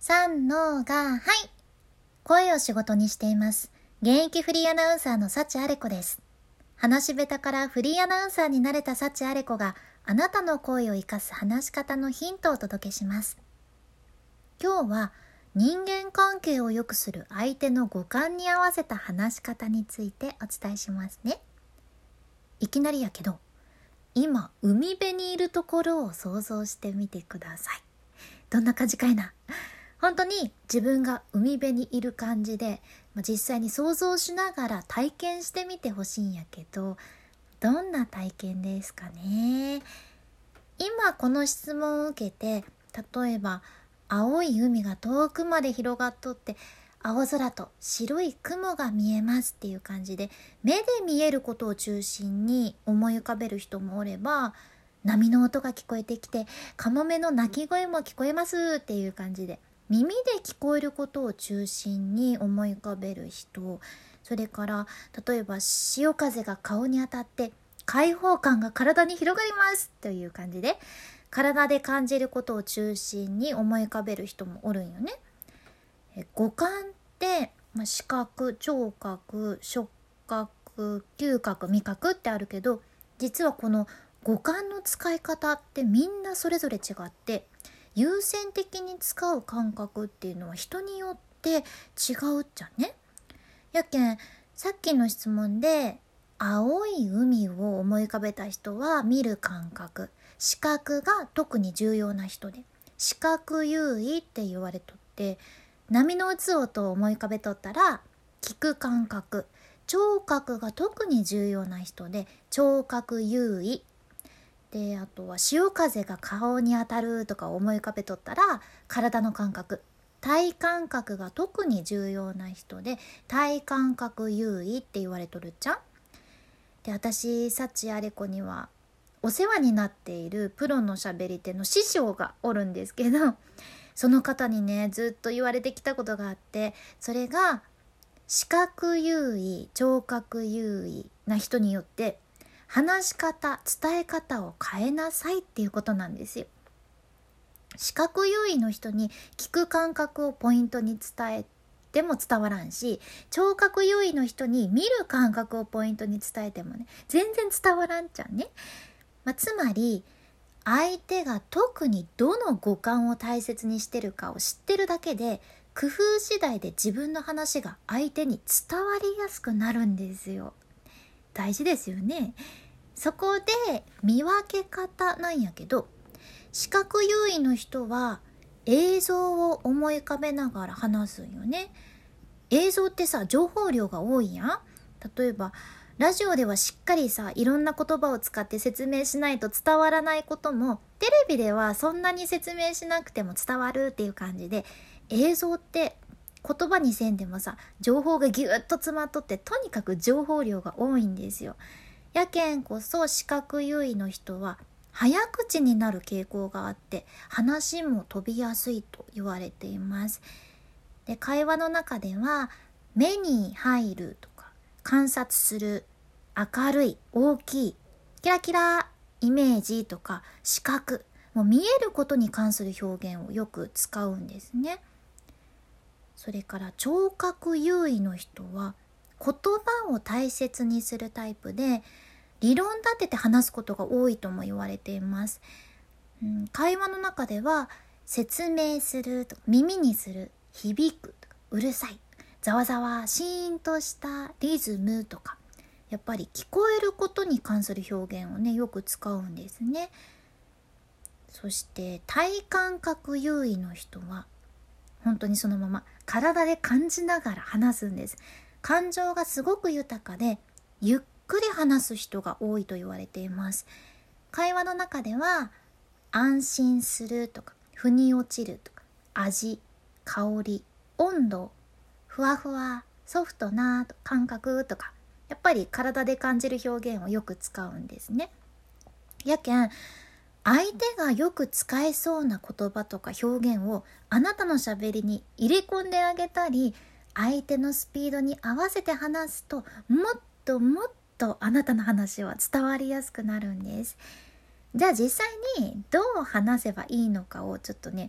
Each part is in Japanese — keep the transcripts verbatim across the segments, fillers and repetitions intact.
三のがはい声を仕事にしています現役フリーアナウンサーの幸あれ子です。話し下手からフリーアナウンサーになれた幸あれ子があなたの声を生かす話し方のヒントをお届けします。今日は人間関係を良くする相手の五感に合わせた話し方についてお伝えしますね。いきなりやけど今海辺にいるところを想像してみてください。どんな感じかいな。本当に自分が海辺にいる感じで、まあ、実際に想像しながら体験してみてほしいんやけど、どんな体験ですかね。今この質問を受けて、例えば青い海が遠くまで広がっとって青空と白い雲が見えますっていう感じで、目で見えることを中心に思い浮かべる人もおれば、波の音が聞こえてきてカモメの鳴き声も聞こえますっていう感じで耳で聞こえることを中心に思い浮かべる人、それから例えば潮風が顔に当たって開放感が体に広がりますという感じで体で感じることを中心に思い浮かべる人もおるんよね。え五感って、まあ、視覚、聴覚、触覚、嗅覚、味覚ってあるけど、実はこの五感の使い方ってみんなそれぞれ違って、優先的に使う感覚っていうのは人によって違うっちゃね。やけんさっきの質問で青い海を思い浮かべた人は見る感覚、視覚が特に重要な人で視覚優位って言われとって、波の打つ音を思い浮かべとったら聞く感覚、聴覚が特に重要な人で聴覚優位で、あとは潮風が顔に当たるとか思い浮かべとったら体の感覚、体感覚が特に重要な人で体感覚優位って言われとるじゃん。で、私幸あれ子にはお世話になっているプロのしゃべり手の師匠がおるんですけど、その方にねずっと言われてきたことがあって、それが視覚優位、聴覚優位な人によって話し方、伝え方を変えなさいっていうことなんですよ。視覚優位の人に聞く感覚をポイントに伝えても伝わらんし、聴覚優位の人に見る感覚をポイントに伝えてもね全然伝わらんちゃうね。まあ、つまり相手が特にどの五感を大切にしてるかを知ってるだけで、工夫次第で自分の話が相手に伝わりやすくなるんですよ。大事ですよね。そこで見分け方なんやけど、視覚優位の人は映像を思い浮かべながら話すんよね。映像ってさ、情報量が多いやん。例えばラジオではしっかりさ、いろんな言葉を使って説明しないと伝わらないことも、テレビではそんなに説明しなくても伝わるっていう感じで、映像って言葉にせんでもさ、情報がぎゅっと詰まっとって、とにかく情報量が多いんですよ。やけんこそ視覚優位の人は早口になる傾向があって、話も飛びやすいと言われています。で、会話の中では目に入るとか観察する、明るい、大きい、キラキラ、イメージとか視覚、もう見えることに関する表現をよく使うんですね。それから聴覚優位の人は言葉を大切にするタイプで、理論立てて話すことが多いとも言われています。うん、会話の中では説明するとか耳にする、響くとかうるさい、ざわざわ、シーンとしたリズムとか、やっぱり聞こえることに関する表現をねよく使うんですね。そして体感覚優位の人は本当にそのまま体で感じながら話すんです。感情がすごく豊かでゆっくり話す人が多いと言われています。会話の中では安心するとか腑に落ちるとか味、香り、温度、ふわふわ、ソフトな感覚とか、やっぱり体で感じる表現をよく使うんですね。やけん相手がよく使えそうな言葉とか表現をあなたのしゃべりに入れ込んであげたり、相手のスピードに合わせて話すと、もっともっとあなたの話は伝わりやすくなるんです。じゃあ実際にどう話せばいいのかをちょっとね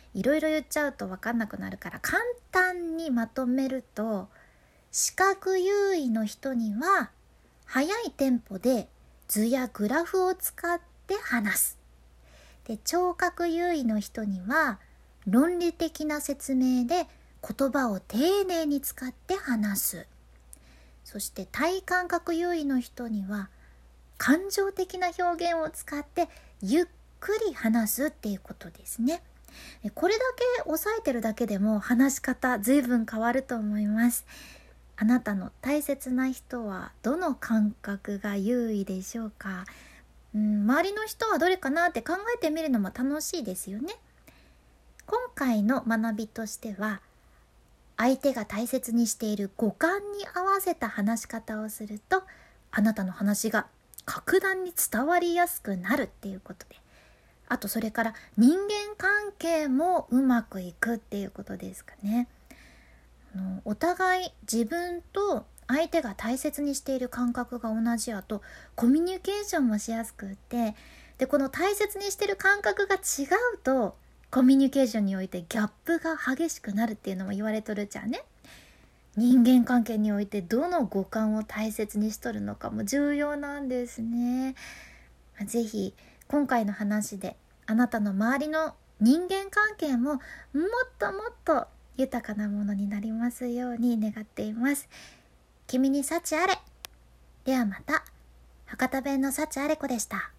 いろいろ言っちゃうと分かんなくなるから簡単にまとめると、視覚優位の人には速いテンポで図やグラフを使って話す。で、聴覚優位の人には論理的な説明で言葉を丁寧に使って話す。そして体感覚優位の人には感情的な表現を使ってゆっくり話すっていうことですね。これだけ押さえてるだけでも話し方随分変わると思います。あなたの大切な人はどの感覚が優位でしょうか。うん、周りの人はどれかなって考えてみるのも楽しいですよね。今回の学びとしては、相手が大切にしている五感に合わせた話し方をすると、あなたの話が格段に伝わりやすくなるっていうことで、あとそれから人間関係もうまくいくっていうことですかね。あのお互い自分と相手が大切にしている感覚が同じやとコミュニケーションもしやすくって、でこの大切にしている感覚が違うとコミュニケーションにおいてギャップが激しくなるっていうのも言われとるじゃんね。人間関係においてどの五感を大切にしとるのかも重要なんですね。ぜひ今回の話であなたの周りの人間関係ももっともっと豊かなものになりますように願っています。君に幸あれ。ではまた。博多弁の幸あれ子でした。